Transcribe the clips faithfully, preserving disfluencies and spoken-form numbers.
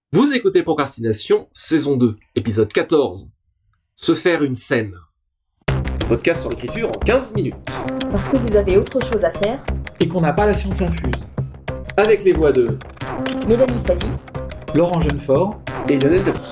Vous écoutez Procrastination, saison deux, épisode quatorze. Se faire une scène. Podcast sur l'écriture en quinze minutes. Parce que vous avez autre chose à faire. Et qu'on n'a pas la science infuse. Avec les voix de Mélanie Fazi, Laurent Jeunefort et Lionel Debrousse.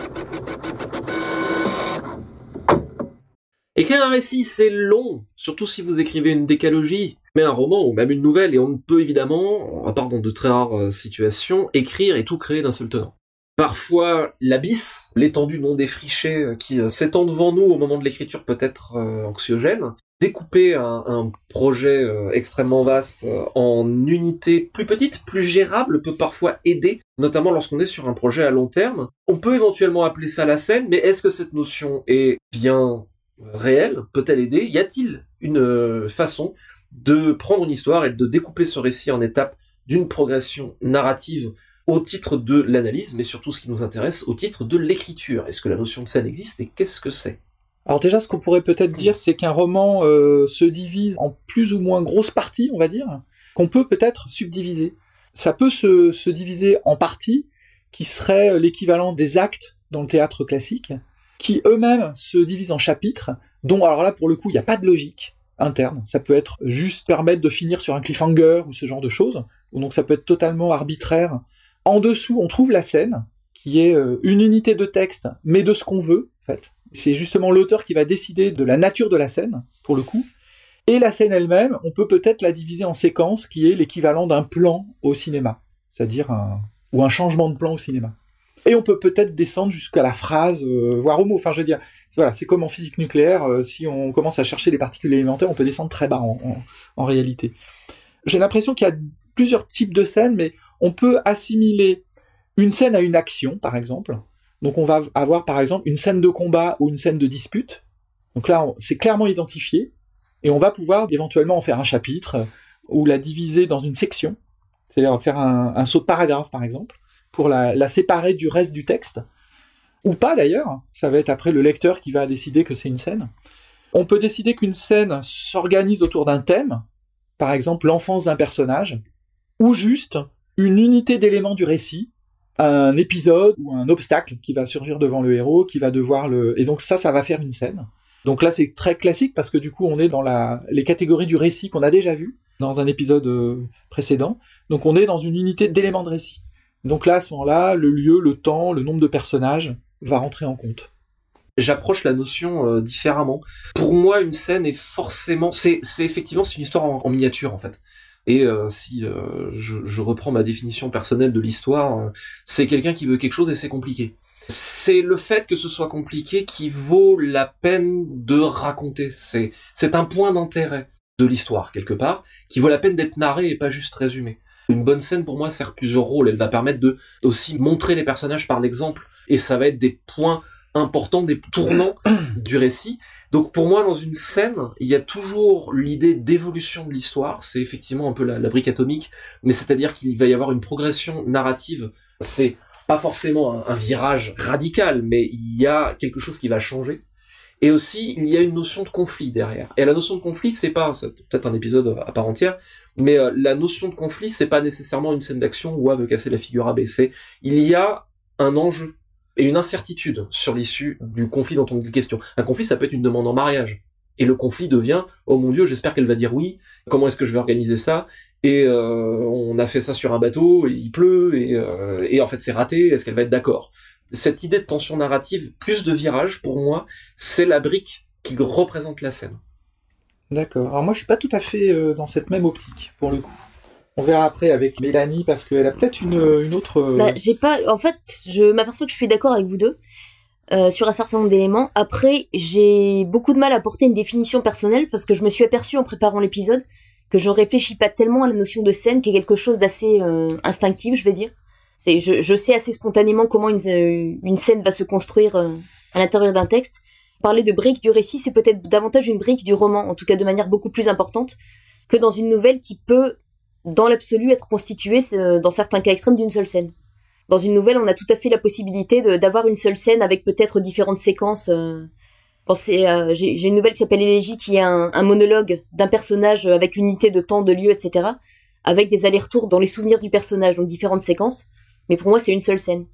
Écrire un récit, c'est long, surtout si vous écrivez une décalogie, mais un roman ou même une nouvelle, et on ne peut évidemment, à part dans de très rares situations, écrire et tout créer d'un seul tenant. Parfois, l'abysse, l'étendue non défrichée qui s'étend devant nous au moment de l'écriture peut être euh, anxiogène. Découper un, un projet euh, extrêmement vaste euh, en unités plus petites, plus gérables, peut parfois aider, notamment lorsqu'on est sur un projet à long terme. On peut éventuellement appeler ça la scène, mais est-ce que cette notion est bien réelle? Peut-elle aider? Y a-t-il une euh, façon de prendre une histoire et de découper ce récit en étapes d'une progression narrative au titre de l'analyse, mais surtout ce qui nous intéresse, au titre de l'écriture? Est-ce que la notion de scène existe et qu'est-ce que c'est? Alors déjà, ce qu'on pourrait peut-être dire, c'est qu'un roman euh, se divise en plus ou moins grosses parties, on va dire, qu'on peut peut-être subdiviser. Ça peut se, se diviser en parties, qui seraient l'équivalent des actes dans le théâtre classique, qui eux-mêmes se divisent en chapitres, dont, alors là, pour le coup, il n'y a pas de logique interne. Ça peut être juste permettre de finir sur un cliffhanger ou ce genre de choses, donc ça peut être totalement arbitraire. En dessous, on trouve la scène, qui est une unité de texte, mais de ce qu'on veut, en fait. C'est justement l'auteur qui va décider de la nature de la scène, pour le coup. Et la scène elle-même, on peut peut-être la diviser en séquences, qui est l'équivalent d'un plan au cinéma, c'est-à-dire un... ou un changement de plan au cinéma. Et on peut peut-être descendre jusqu'à la phrase, euh, voire au mot. Enfin, je veux dire, voilà, c'est comme en physique nucléaire, euh, si on commence à chercher les particules élémentaires, on peut descendre très bas en, en, en réalité. J'ai l'impression qu'il y a plusieurs types de scènes, mais on peut assimiler une scène à une action, par exemple. Donc on va avoir, par exemple, une scène de combat ou une scène de dispute. Donc là, on, c'est clairement identifié, et on va pouvoir éventuellement en faire un chapitre, ou la diviser dans une section, c'est-à-dire faire un, un saut de paragraphe, par exemple, pour la, la séparer du reste du texte, ou pas d'ailleurs, ça va être après le lecteur qui va décider que c'est une scène. On peut décider qu'une scène s'organise autour d'un thème, par exemple l'enfance d'un personnage, ou juste une unité d'éléments du récit, un épisode ou un obstacle qui va surgir devant le héros, qui va devoir le... Et donc ça, ça va faire une scène. Donc là, c'est très classique, parce que du coup, on est dans la... les catégories du récit qu'on a déjà vues dans un épisode euh, précédent. Donc on est dans une unité d'éléments de récit. Donc là, à ce moment-là, le lieu, le temps, le nombre de personnages va rentrer en compte. J'approche la notion euh, différemment. Pour moi, une scène est forcément... C'est, c'est effectivement c'est une histoire en, en miniature, en fait. Et euh, si euh, je, je reprends ma définition personnelle de l'histoire, euh, c'est quelqu'un qui veut quelque chose et c'est compliqué. C'est le fait que ce soit compliqué qui vaut la peine de raconter. C'est, c'est un point d'intérêt de l'histoire, quelque part, qui vaut la peine d'être narré et pas juste résumé. Une bonne scène, pour moi, sert plusieurs rôles. Elle va permettre de aussi montrer les personnages par l'exemple. Et ça va être des points importants, des tournants du récit. Donc pour moi, dans une scène, il y a toujours l'idée d'évolution de l'histoire. C'est effectivement un peu la, la brique atomique, mais c'est-à-dire qu'il va y avoir une progression narrative. C'est pas forcément un, un virage radical, mais il y a quelque chose qui va changer. Et aussi, il y a une notion de conflit derrière. Et la notion de conflit, c'est pas, c'est peut-être un épisode à part entière, mais euh, la notion de conflit, c'est pas nécessairement une scène d'action où A veut casser la figure à B. C'est, il y a un enjeu et une incertitude sur l'issue du conflit dont on dit question. Un conflit, ça peut être une demande en mariage. Et le conflit devient, oh mon Dieu, j'espère qu'elle va dire oui, comment est-ce que je vais organiser ça? Et euh, on a fait ça sur un bateau, et il pleut, et, euh, et en fait c'est raté, est-ce qu'elle va être d'accord? Cette idée de tension narrative, plus de virage, pour moi, c'est la brique qui représente la scène. D'accord. Alors moi, je suis pas tout à fait euh, dans cette même optique, pour le coup. On verra après avec Mélanie, parce qu'elle a peut-être une, une autre... Euh... Bah, j'ai pas... En fait, je m'aperçois que je suis d'accord avec vous deux euh, sur un certain nombre d'éléments. Après, j'ai beaucoup de mal à porter une définition personnelle, parce que je me suis aperçue en préparant l'épisode que je réfléchis pas tellement à la notion de scène, qui est quelque chose d'assez euh, instinctif, je vais dire. C'est, je, je sais assez spontanément comment une, une scène va se construire euh, à l'intérieur d'un texte. Parler de brique du récit, c'est peut-être davantage une brique du roman, en tout cas de manière beaucoup plus importante, que dans une nouvelle qui peut, dans l'absolu, être constituée, euh, dans certains cas extrêmes, d'une seule scène. Dans une nouvelle, on a tout à fait la possibilité de, d'avoir une seule scène avec peut-être différentes séquences. Euh, pensez, euh, j'ai, j'ai une nouvelle qui s'appelle Élégie, qui est un, un monologue d'un personnage avec une unité de temps, de lieu, et cetera, avec des allers-retours dans les souvenirs du personnage, donc différentes séquences. Mais pour moi, c'est une seule scène.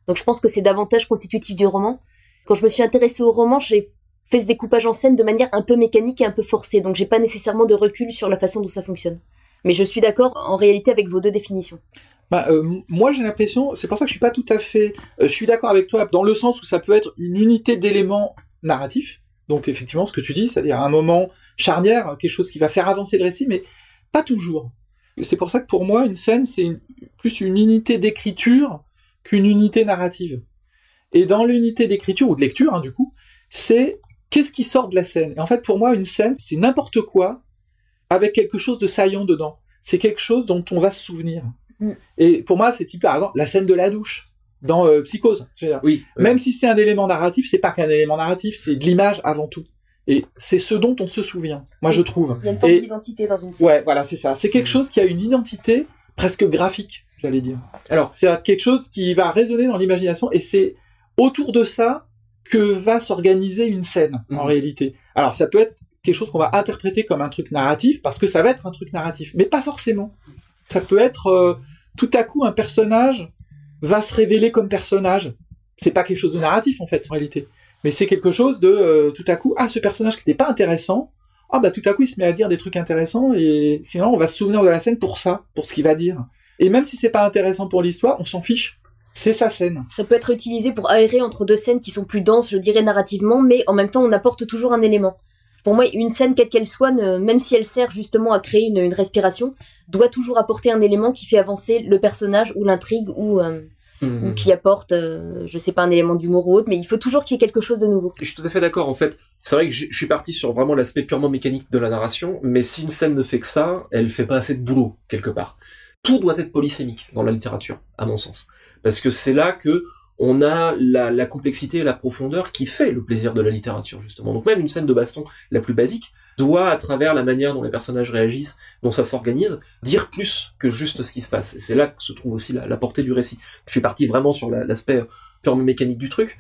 Donc je pense que c'est davantage constitutif du roman. Quand je me suis intéressée au roman, j'ai fait ce découpage en scène de manière un peu mécanique et un peu forcée, donc j'ai pas nécessairement de recul sur la façon dont ça fonctionne. Mais je suis d'accord en réalité avec vos deux définitions. Bah, euh, moi j'ai l'impression, c'est pour ça que je suis pas tout à fait, euh, je suis d'accord avec toi dans le sens où ça peut être une unité d'éléments narratifs. Donc effectivement ce que tu dis, c'est-à-dire un moment charnière, quelque chose qui va faire avancer le récit, mais pas toujours. C'est pour ça que pour moi une scène c'est une, plus une unité d'écriture qu'une unité narrative. Et dans l'unité d'écriture ou de lecture hein, du coup, c'est qu'est-ce qui sort de la scène. Et en fait pour moi une scène c'est n'importe quoi avec quelque chose de saillant dedans. C'est quelque chose dont on va se souvenir. Mm. Et pour moi, c'est type, par exemple, la scène de la douche dans euh, Psychose. Je veux dire. Oui, oui. Même si c'est un élément narratif, c'est pas qu'un élément narratif, c'est de l'image avant tout. Et c'est ce dont on se souvient. Moi, je trouve. Il y a une forme Et... d'identité dans une scène. Ouais, voilà, c'est ça. C'est quelque chose qui a une identité presque graphique, j'allais dire. Alors, c'est quelque chose qui va résonner dans l'imagination, et c'est autour de ça que va s'organiser une scène, mm. en réalité. Alors, ça peut être quelque chose qu'on va interpréter comme un truc narratif, parce que ça va être un truc narratif, mais pas forcément. Ça peut être, euh, tout à coup, un personnage va se révéler comme personnage. C'est pas quelque chose de narratif, en fait, en réalité. Mais c'est quelque chose de, euh, tout à coup, ah, ce personnage qui n'était pas intéressant, ah, bah, tout à coup, il se met à dire des trucs intéressants, et sinon, on va se souvenir de la scène pour ça, pour ce qu'il va dire. Et même si c'est pas intéressant pour l'histoire, on s'en fiche. C'est sa scène. Ça peut être utilisé pour aérer entre deux scènes qui sont plus denses, je dirais, narrativement, mais en même temps, on apporte toujours un élément. Pour moi, une scène, quelle qu'elle soit, ne, même si elle sert justement à créer une, une respiration, doit toujours apporter un élément qui fait avancer le personnage ou l'intrigue ou, euh, mmh. ou qui apporte, euh, je sais pas, un élément d'humour ou autre, mais il faut toujours qu'il y ait quelque chose de nouveau. Je suis tout à fait d'accord. En fait, c'est vrai que je suis parti sur vraiment l'aspect purement mécanique de la narration, mais si une scène ne fait que ça, elle fait pas assez de boulot, quelque part. Tout doit être polysémique dans la littérature, à mon sens. Parce que c'est là que on a la, la complexité et la profondeur qui fait le plaisir de la littérature, justement. Donc même une scène de baston la plus basique doit, à travers la manière dont les personnages réagissent, dont ça s'organise, dire plus que juste ce qui se passe. Et c'est là que se trouve aussi la, la portée du récit. Je suis parti vraiment sur la, l'aspect purement mécanique du truc.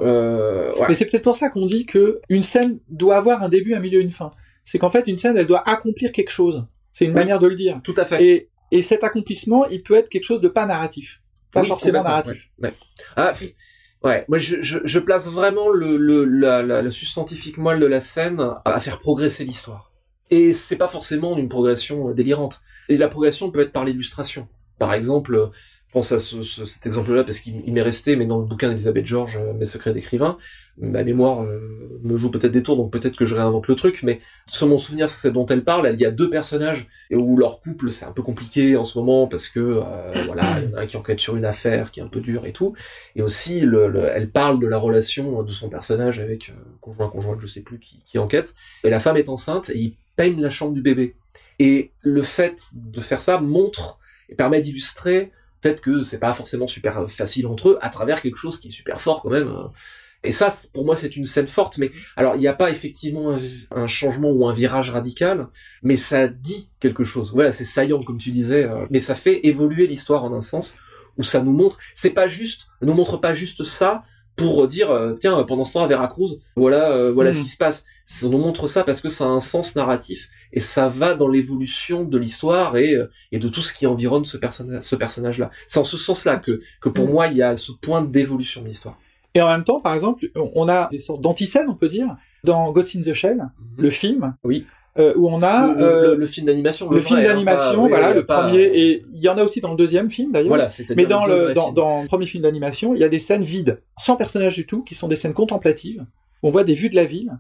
Euh, ouais. Mais c'est peut-être pour ça qu'on dit que une scène doit avoir un début, un milieu, une fin. C'est qu'en fait, une scène, elle doit accomplir quelque chose. C'est une oui, manière de le dire. Tout à fait. Et, et cet accomplissement, il peut être quelque chose de pas narratif. Pas oui, forcément narratif. Ouais, ouais. Ah, ouais. Moi, je, je, je place vraiment le, le, la, la, la substantifique moelle de la scène à faire progresser l'histoire. Et c'est pas forcément une progression délirante. Et la progression peut être par l'illustration. Par exemple, je pense à ce, ce, cet exemple-là parce qu'il m'est resté, mais dans le bouquin d'Elisabeth George, Mes secrets d'écrivain, ma mémoire euh, me joue peut-être des tours, donc peut-être que je réinvente le truc, mais sur mon souvenir, c'est dont elle parle, il y a deux personnages et où leur couple, c'est un peu compliqué en ce moment parce que, euh, voilà, il y en a un qui enquête sur une affaire qui est un peu dure et tout, et aussi, le, le, elle parle de la relation de son personnage avec euh, conjoint, conjointe, je sais plus qui, qui enquête, et la femme est enceinte et il peigne la chambre du bébé. Et le fait de faire ça montre et permet d'illustrer le fait que c'est pas forcément super facile entre eux à travers quelque chose qui est super fort quand même. Et ça, pour moi, c'est une scène forte. Mais alors, il n'y a pas effectivement un, un changement ou un virage radical, mais ça dit quelque chose. Voilà, c'est saillant, comme tu disais, euh, mais ça fait évoluer l'histoire en un sens où ça nous montre. C'est pas juste, ça nous montre pas juste ça pour dire euh, tiens, pendant ce temps à Veracruz, voilà, euh, voilà mmh. ce qui se passe. Ça nous montre ça parce que ça a un sens narratif et ça va dans l'évolution de l'histoire et et de tout ce qui environne ce personnage, ce personnage-là. C'est en ce sens-là que que pour mmh. moi, il y a ce point d'évolution de l'histoire. Et en même temps, par exemple, on a des sortes d'antiscènes, on peut dire, dans Ghost in the Shell, mmh. le film, oui. euh, où on a le, euh, le, le film d'animation, le, le film vrai, d'animation, hein, pas, voilà, oui, le pas, premier, et il y en a aussi dans le deuxième film d'ailleurs. Voilà, mais dans le dans, dans le premier film d'animation, il y a des scènes vides, sans personnages du tout, qui sont des scènes contemplatives. On voit des vues de la ville.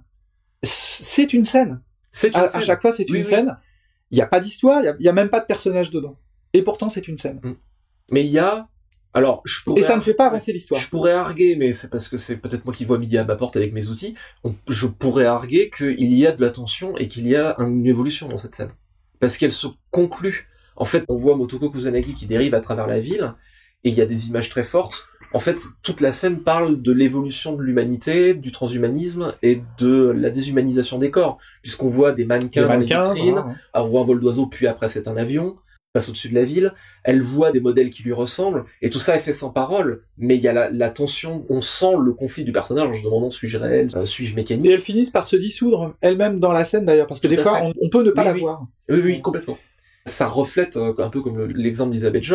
C'est une scène. C'est une à, scène. À chaque fois, c'est oui, une oui. scène. Il y a pas d'histoire, il y a, il y a même pas de personnage dedans. Et pourtant, c'est une scène. Mais il y a Alors, je pourrais et ça ne fait pas avancer l'histoire. Je pourrais arguer, mais c'est parce que c'est peut-être moi qui vois midi à ma porte avec mes outils. On, je pourrais arguer qu'il y a de la tension et qu'il y a une évolution dans cette scène. Parce qu'elle se conclut. En fait, on voit Motoko Kusanagi qui dérive à travers la ville, et il y a des images très fortes. En fait, toute la scène parle de l'évolution de l'humanité, du transhumanisme et de la déshumanisation des corps. Puisqu'on voit des mannequins, des mannequins dans les vitrines, voilà. On voit un vol d'oiseau, puis après c'est un avion. Passe au-dessus de la ville, elle voit des modèles qui lui ressemblent, et tout ça est fait sans parole, mais il y a la, la tension, on sent le conflit du personnage en se demandant suis-je réel, euh, suis-je mécanique. Et elles finissent par se dissoudre, elles-mêmes dans la scène d'ailleurs, parce que tout des fois on, on peut ne pas oui, la oui. voir. Oui, oui, complètement. Ça reflète, euh, un peu comme le, l'exemple d'Elisabeth George,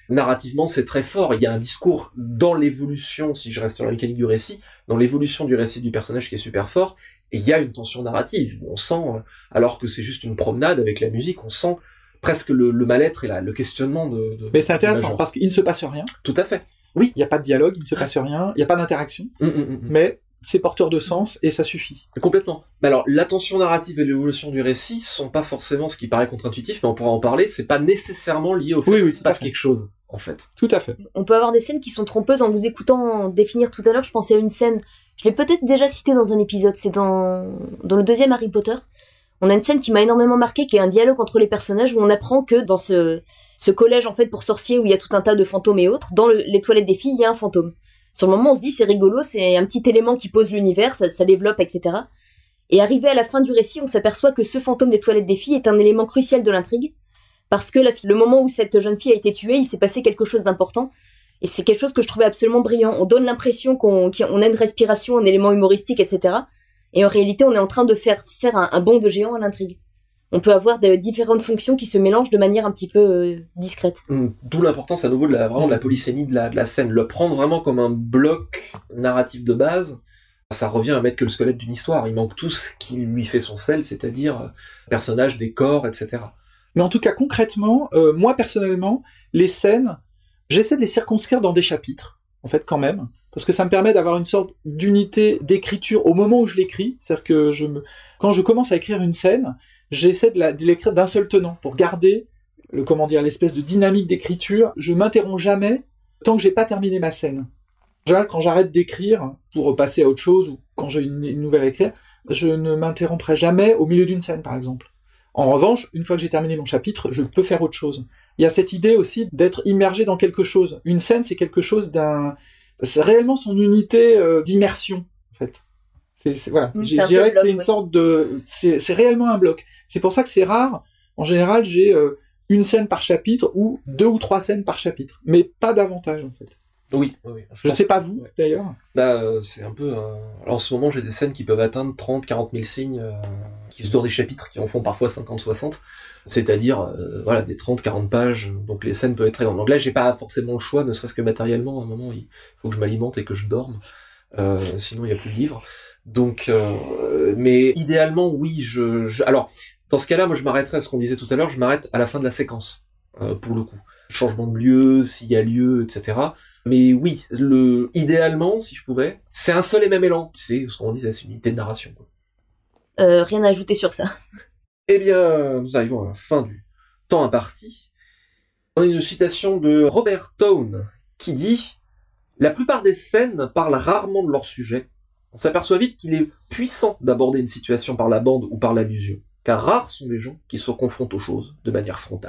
narrativement, c'est très fort. Il y a un discours dans l'évolution, si je reste sur la mécanique du récit, dans l'évolution du récit du personnage qui est super fort, et il y a une tension narrative. On sent, alors que c'est juste une promenade avec la musique, on sent presque le, le mal-être et la, le questionnement de... de Mais c'est intéressant, parce qu'il ne se passe rien. Tout à fait. Oui. Il n'y a pas de dialogue, il ne se passe rien, il n'y a pas d'interaction, mmh, mmh, mmh. mais c'est porteur de sens et ça suffit. Complètement. Mais alors, la tension narrative et l'évolution du récit sont pas forcément ce qui paraît contre-intuitif, mais on pourra en parler, c'est pas nécessairement lié au fait oui, qu'il oui, se passe quelque chose, en fait. Tout à fait. On peut avoir des scènes qui sont trompeuses. En vous écoutant définir tout à l'heure, je pensais à une scène, je l'ai peut-être déjà citée dans un épisode, c'est dans, dans le deuxième Harry Potter. On a une scène qui m'a énormément marqué, qui est un dialogue entre les personnages, où on apprend que dans ce, ce collège, en fait, pour sorciers, où il y a tout un tas de fantômes et autres, dans le, les toilettes des filles, il y a un fantôme. Sur le moment, on se dit, c'est rigolo, c'est un petit élément qui pose l'univers, ça, ça développe, et cetera. Et arrivé à la fin du récit, on s'aperçoit que ce fantôme des toilettes des filles est un élément crucial de l'intrigue, parce que la, le moment où cette jeune fille a été tuée, il s'est passé quelque chose d'important, et c'est quelque chose que je trouvais absolument brillant. On donne l'impression qu'on, qu'on a une respiration, un élément humoristique, et cetera. Et en réalité, on est en train de faire, faire un, un bond de géant à l'intrigue. On peut avoir de différentes fonctions qui se mélangent de manière un petit peu euh, discrète. Mmh. D'où l'importance à nouveau de la, vraiment de la polysémie de la, de la scène. Le prendre vraiment comme un bloc narratif de base, ça revient à mettre que le squelette d'une histoire. Il manque tout ce qui lui fait son sel, c'est-à-dire euh, personnages, décors, et cetera. Mais en tout cas, concrètement, euh, moi personnellement, les scènes, j'essaie de les circonscrire dans des chapitres, en fait, quand même, parce que ça me permet d'avoir une sorte d'unité d'écriture au moment où je l'écris. C'est-à-dire que je me... quand je commence à écrire une scène, j'essaie de, la, de l'écrire d'un seul tenant pour garder le comment dire l'espèce de dynamique d'écriture. Je m'interromps jamais tant que j'ai pas terminé ma scène. En général, quand j'arrête d'écrire pour passer à autre chose ou quand j'ai une, une nouvelle à écrire, je ne m'interromprai jamais au milieu d'une scène, par exemple. En revanche, une fois que j'ai terminé mon chapitre, je peux faire autre chose. Il y a cette idée aussi d'être immergé dans quelque chose. Une scène, c'est quelque chose d'un, c'est réellement son unité euh, d'immersion, en fait. C'est, c'est, voilà. Mmh, je c'est dirais que bloc, c'est une ouais. sorte de, c'est, c'est réellement un bloc. C'est pour ça que c'est rare. En général, j'ai euh, une scène par chapitre ou deux ou trois scènes par chapitre, mais pas davantage en fait. Oui, oui, oui. Je ne sais pas vous, ouais. d'ailleurs. Bah, euh, c'est un peu... Euh... Alors, en ce moment, j'ai des scènes qui peuvent atteindre trente à quarante mille signes, euh, qui sont des chapitres qui en font parfois cinquante à soixante, c'est-à-dire euh, voilà, des trente à quarante pages, donc les scènes peuvent être très grandes. Donc là, j'ai pas forcément le choix, ne serait-ce que matériellement, à un moment, il faut que je m'alimente et que je dorme, euh, sinon il n'y a plus de livres. Donc, euh, mais idéalement, oui, je, je... Alors, dans ce cas-là, moi, je m'arrêterai à ce qu'on disait tout à l'heure, je m'arrête à la fin de la séquence, euh, pour le coup. Changement de lieu, s'il y a lieu, et cetera. Mais oui, le, idéalement, si je pouvais, c'est un seul et même élan. C'est ce qu'on disait, c'est une unité de narration. Quoi. Euh, rien à ajouter sur ça. Eh bien, nous arrivons à la fin du temps imparti. On a une citation de Robert Towne qui dit « La plupart des scènes parlent rarement de leur sujet. On s'aperçoit vite qu'il est puissant d'aborder une situation par la bande ou par l'allusion, car rares sont les gens qui se confrontent aux choses de manière frontale. »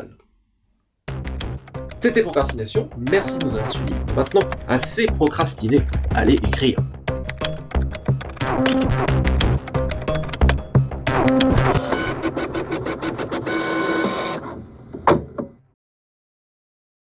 C'était Procrastination, merci de nous avoir suivis. Maintenant, assez procrastiné, allez écrire.